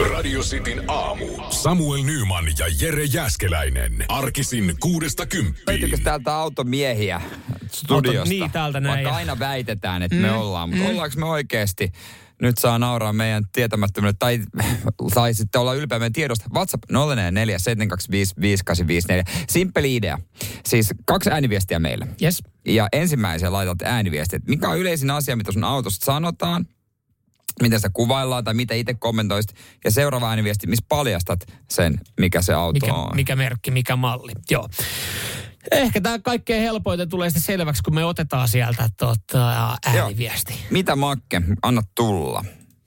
Radio Cityn aamu. Samuel Nyman ja Jere Jääskeläinen. Arkisin 6–10. Löytyykö täältä automiehiä studiosta? Niin, täältä näin. Vaikka aina väitetään, että me ollaan, mutta ollaanko me oikeasti? Nyt saa nauraa meidän tietämättömyyden, tai sitten olla ylpeä meidän tiedosta. WhatsApp 044 725 5854. Simppeli idea. Siis 2 ääniviestiä meille. Yes. Ja ensimmäisen laitat ääniviestiä. Mikä on yleisin asia, mitä sun autosta sanotaan? Miten sitä kuvaillaan tai mitä itse kommentoisit. Ja seuraava ääniviesti, missä paljastat sen, mikä se auto on. Mikä merkki, mikä malli. Joo. Ehkä tämä kaikkein helpoiten tulee sitten selväksi, kun me otetaan sieltä ääniviesti. Joo. Mitä Makke? Anna tulla.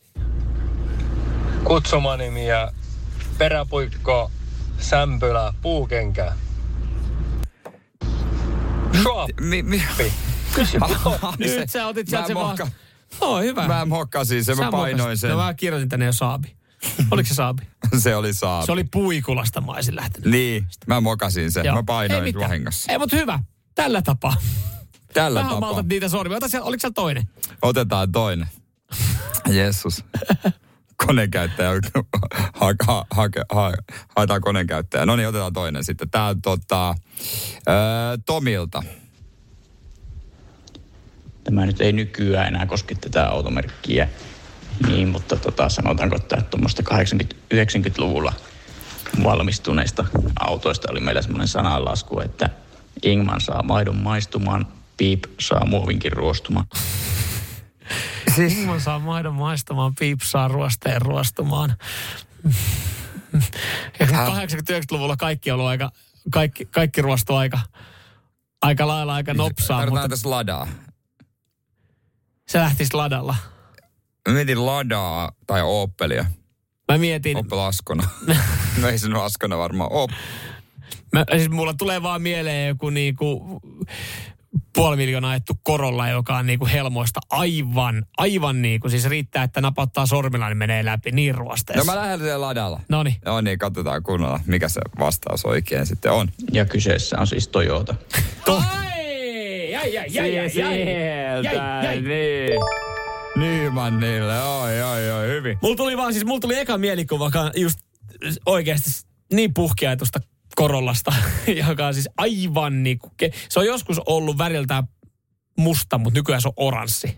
Kutsumanimi ja peräpuikko, sämpylä, puukenkä. Kysy. Nyt sä otit sieltä sen vaan. No hyvä. Mä mokkasin sen, mä painoin sen. No mä kirjoitin tänne jo Saabi. Oliko se Saabi? Se oli Saabi. Se oli Puikulasta mä olisin lähtenyt. Niin, mä mokasin sen. Joo. Mä painoin vahingossa. Ei, mutta hyvä. Tällä tapaa. Tällä vähän tapaa. maltat niitä sormia. Oliko siellä toinen? Otetaan toinen. Jessus. Koneenkäyttäjä. Haetaan koneenkäyttäjä. No niin, otetaan toinen sitten. Tää on Tomilta. Tämä nyt ei nykyään enää koske tätä automerkkiä, niin, mutta sanotaanko, että tuommoista 80-90-luvulla valmistuneista autoista oli meillä semmoinen sananlasku, että Ingman saa maidon maistumaan, Piip saa muovinkin ruostumaan. Siis Ingman saa maidon maistumaan, Piip saa ruosteen ruostumaan. Ja 80-90-luvulla kaikki on ollut kaikki ruostu aika lailla aika nopsaa. Tarvitaan tässä ladaa. Se lähtisi ladalla. Mä mietin ladaa tai Opelia. Mä mietin. Opel Askona. No ei se nyt Askona varmaan ole. Siis mulla tulee vaan mieleen joku niinku 500 000 ajettu Corolla, joka on niinku helmoista aivan niinku. Siis riittää, että napattaa sormilla, niin menee läpi niin ruosteessa. No mä lähden ladalla. Noniin. No niin, katsotaan kunnolla, mikä se vastaus oikein sitten on. Ja kyseessä on siis Toyota. Jäi. Niin. Nymannille, oi, hyvin. Mulla tuli eka mielikuva just oikeasti niin puhkeatusta Corollasta, joka on siis aivan niinku, se on joskus ollut väriltään musta, mutta nykyään se on oranssi.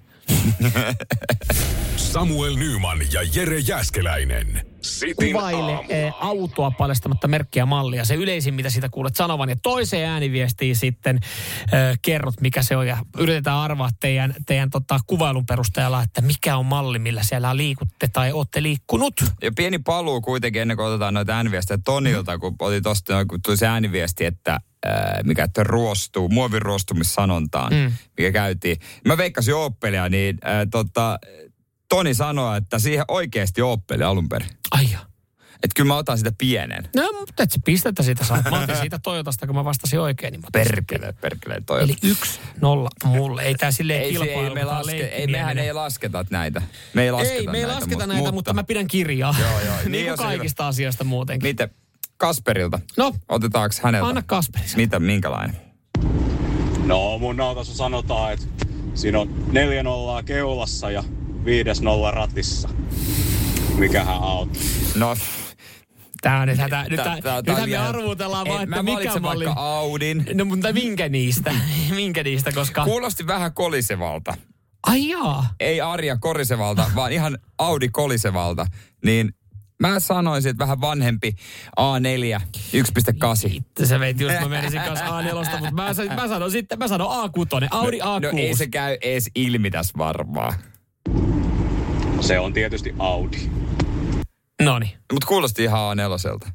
Samuel Nyman ja Jere Jääskeläinen. Kuvaile autoa paljastamatta merkkiä mallia. Se yleisin, mitä siitä kuulet sanovan. Ja toiseen ääniviestiin sitten kerrot, mikä se on. Ja yritetään arvaa teidän kuvailun perusteella, että mikä on malli, millä siellä liikutte tai olette liikkunut. Ja pieni paluu kuitenkin ennen kuin otetaan noita ääniviestejä Tonilta, kun oli tosta, kun tuli se ääniviesti, että mikä että ruostuu, muovin ruostumissanontaan, mikä käytiin. Mä veikkasin Opelia, niin Toni sanoi, että siihen oikeasti Opeli alun perin. Aijaa. Että kyllä mä otan sitä pienen. No, mutta et se pistettä siitä saa. Mä otin siitä Toyotasta, kun mä vastasin oikein. Niin perkele Toyota. Eli 1-0 mulle. Ei tää silleen kilpailu. Mehän ei lasketa näitä. Me ei lasketa näitä, mutta mä pidän kirjaa. Joo. niin kuin kaikista asioista muutenkin. Miten? Kasperilta. No. Otetaanko häneltä? Anna Kasperi. Minkälainen? No mun autossa sanotaan, että siinä on 4 nollaa keulassa ja 5 nolla ratissa. Mikähän auto? No. Tää on nyt me arvutellaan vaan, että mikä malli. Vaikka Audin. No mutta minkä niistä, koska. Kuulosti vähän kolisevalta. Ai jaa. Ei Arja korisevalta, vaan ihan Audi kolisevalta. Niin mä sanoisin, että vähän vanhempi A4 1.8. Sä veit just, mä menisin kanssa A4, mutta mä sanon A6, Audi A6. No ei se käy edes ilmi tässä varmaan. Se on tietysti Audi. Noniin. Mutta kuulosti ihan A4.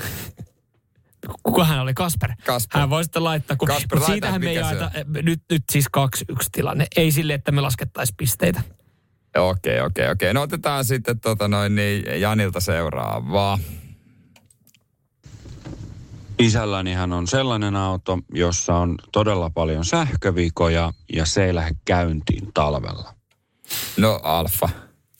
Kuka hän oli? Kasper. Hän voi sitten laittaa. Kasper, siitähän me ei jaeta, nyt siis 2-1 tilanne. Ei sille, että me laskettaisiin pisteitä. Okei. No otetaan sitten Janilta seuraavaa. Isällänihän on sellainen auto, jossa on todella paljon sähkövikoja ja se ei lähde käyntiin talvella. No Alfa.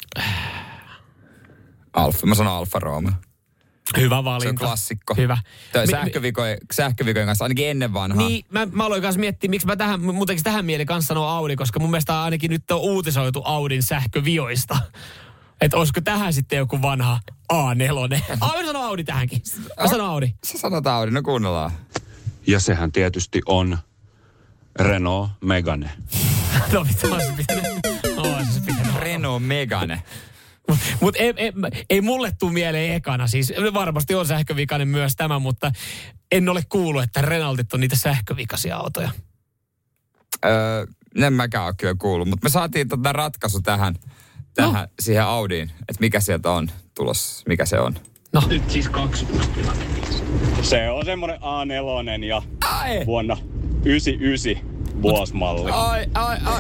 Mä sanon Alfa Romeo. Hyvä valinta. Se on klassikko. Hyvä. Sähkövikojen kanssa, ainakin ennen vanhaa. Niin, mä aloin kanssa miettiä, miksi mä tähän mieli kanssa sanon Audi, koska mun mielestä ainakin nyt on uutisoitu Audin sähkövioista. Että olisiko tähän sitten joku vanha A4. Mä sanon Audi tähänkin. Mä sanon Audi. Sä sanot Audi, no kuunnellaan. Ja sehän tietysti on Renault Megane. No mitä on se pitänyt? Renault Megane. Mutta ei mulle tule mieleen ekana. Siis varmasti on sähkövikainen myös tämä, mutta en ole kuullut, että Renaultit on niitä sähkövikaisia autoja. En mäkään ole kyllä kuullut, mutta me saatiin ratkaisu tähän siihen Audiin, että mikä sieltä on tulossa, mikä se on. No. Nyt siis 2. Se on semmoinen A4 ja vuonna 99 vuosimalli. Ai.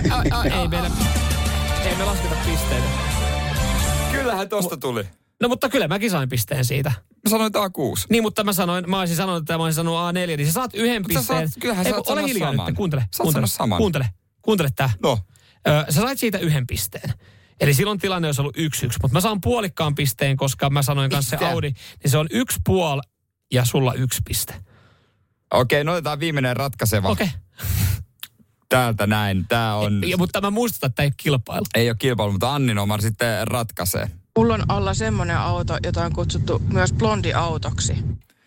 Ei me lasketa pisteitä. Kyllähän tosta tuli. No mutta kyllä mäkin sain pisteen siitä. Mä sanoin A6. Niin, mutta mä olisin sanonut, että mä olisin sanonut A4, niin sä saat yhden pisteen. Kyllähän sä saat ole sanoa hiljaa saman. nyt, kuuntele. Sä saat sanoa saman. Kuuntele tää. No. Sä sait siitä yhden pisteen. Eli silloin tilanne olisi ollut 1-1, mutta mä saan puolikkaan pisteen, koska mä sanoin kanssa se Audi, niin se on 1,5 ja sulla 1 piste. Okei, no otetaan viimeinen ratkaiseva. Okei. Täältä näin, tää on... Mutta mä muistutan, että ei ole kilpailu. Ei ole kilpailu, mutta Anni Nomar sitten ratkaisee. Mulla on alla semmoinen auto, jota on kutsuttu myös blondiautoksi.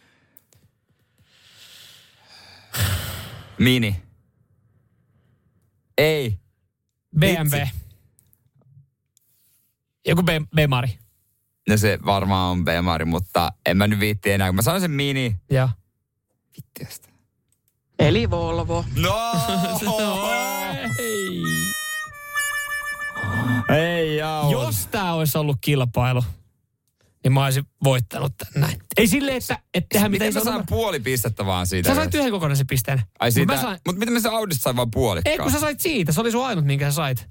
Mini. Ei. BMW. Vitsi. Joku B-Mari. No se varmaan on B-Mari, mutta en mä nyt viitti enää. Mä sanoin sen Mini. Joo. Vittiöstä. Eli Volvo. No! Ei jao. Jos tää olisi ollut kilpailu, niin mä olisin voittanut tän näin. Ei silleen, että tehdään miten mä saan puoli pistettä vaan siitä? Sä sait yhden kokonaisen pisteen. Ai siitä? Mutta miten mä se Audista sain vaan puolikkaan? Ei, kun sä sait siitä. Se oli sun ainut, minkä sä sait.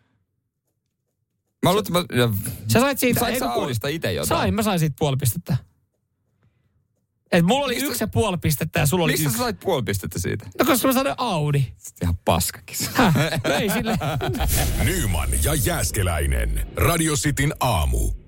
Mä luulen, että sä sait siitä. Sait sä Audista itse jotain? Mä sain siitä puoli pistettä. Et mulla oli 1,5 pistettä ja sulla oli 1. Mistä sä sait puoli pistettä siitä? No koska mä sanoin Audi. Ihan paskakin. No ei sille. Nyman ja Jääskeläinen. Radio Cityn aamu.